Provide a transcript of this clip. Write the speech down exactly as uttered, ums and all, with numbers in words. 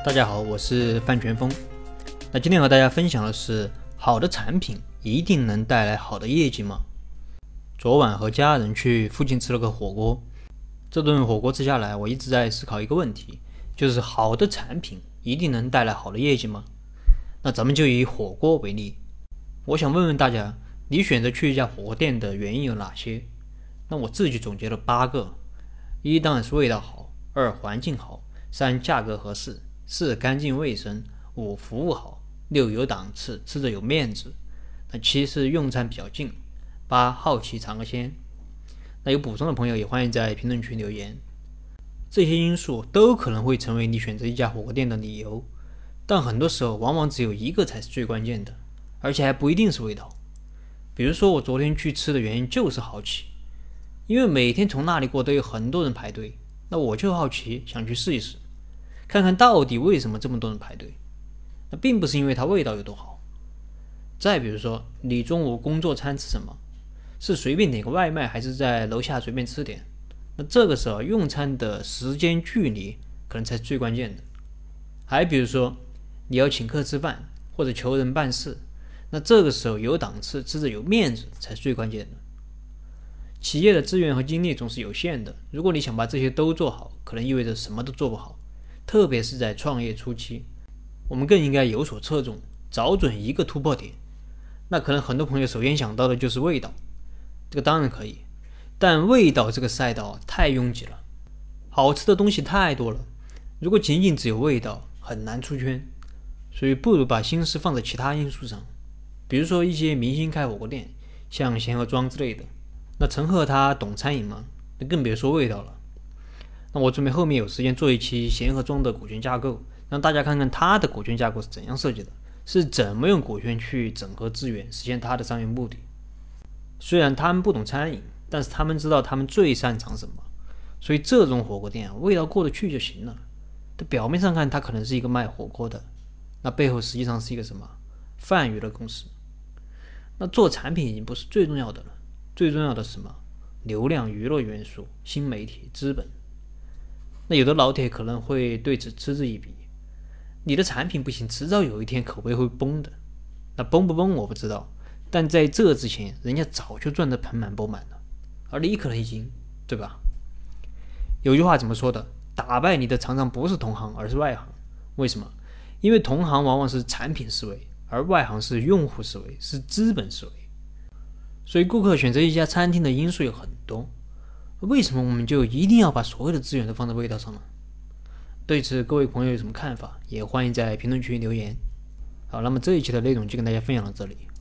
大家好，我是范全峰。那今天和大家分享的是，好的产品一定能带来好的业绩吗？昨晚和家人去附近吃了个火锅，这顿火锅吃下来，我一直在思考一个问题，就是好的产品一定能带来好的业绩吗？那咱们就以火锅为例，我想问问大家，你选择去一家火锅店的原因有哪些？那我自己总结了八个：一当然是味道好，二环境好，三价格合适，四干净卫生，五服务好，六有档次，吃着有面子，那七是用餐比较近，八好奇尝个鲜。那有补充的朋友也欢迎在评论区留言。这些因素都可能会成为你选择一家火锅店的理由，但很多时候往往只有一个才是最关键的，而且还不一定是味道。比如说我昨天去吃的原因就是好奇，因为每天从那里过都有很多人排队，那我就好奇想去试一试，看看到底为什么这么多人排队。那并不是因为它味道有多好。再比如说你中午工作餐吃什么，是随便点个外卖还是在楼下随便吃点，那这个时候用餐的时间距离可能才是最关键的。还比如说你要请客吃饭或者求人办事，那这个时候有档次，吃着有面子才是最关键的。企业的资源和精力总是有限的，如果你想把这些都做好，可能意味着什么都做不好，特别是在创业初期，我们更应该有所侧重，找准一个突破点。那可能很多朋友首先想到的就是味道，这个当然可以，但味道这个赛道太拥挤了，好吃的东西太多了，如果仅仅只有味道很难出圈，所以不如把心思放在其他因素上。比如说一些明星开火锅店，像贤合庄之类的，那陈赫他懂餐饮吗？那更别说味道了。那我准备后面有时间做一期贤合庄的股权架构，让大家看看他的股权架构是怎样设计的，是怎么用股权去整合资源，实现他的商业目的。虽然他们不懂餐饮，但是他们知道他们最擅长什么，所以这种火锅店啊，味道过得去就行了。但表面上看它可能是一个卖火锅的，那背后实际上是一个什么泛娱乐公司。那做产品已经不是最重要的了，最重要的是什么？流量、娱乐元素、新媒体、资本。那有的老铁可能会对此嗤之以鼻，你的产品不行，迟早有一天口碑会崩的。那崩不崩我不知道，但在这之前，人家早就赚得盆满钵满了，而你可能已经，对吧？有句话怎么说的？打败你的常常不是同行，而是外行。为什么？因为同行往往是产品思维，而外行是用户思维，是资本思维。所以顾客选择一家餐厅的因素有很多，为什么我们就一定要把所有的资源都放在味道上呢？对此各位朋友有什么看法，也欢迎在评论区留言。好，那么这一期的内容就跟大家分享到这里。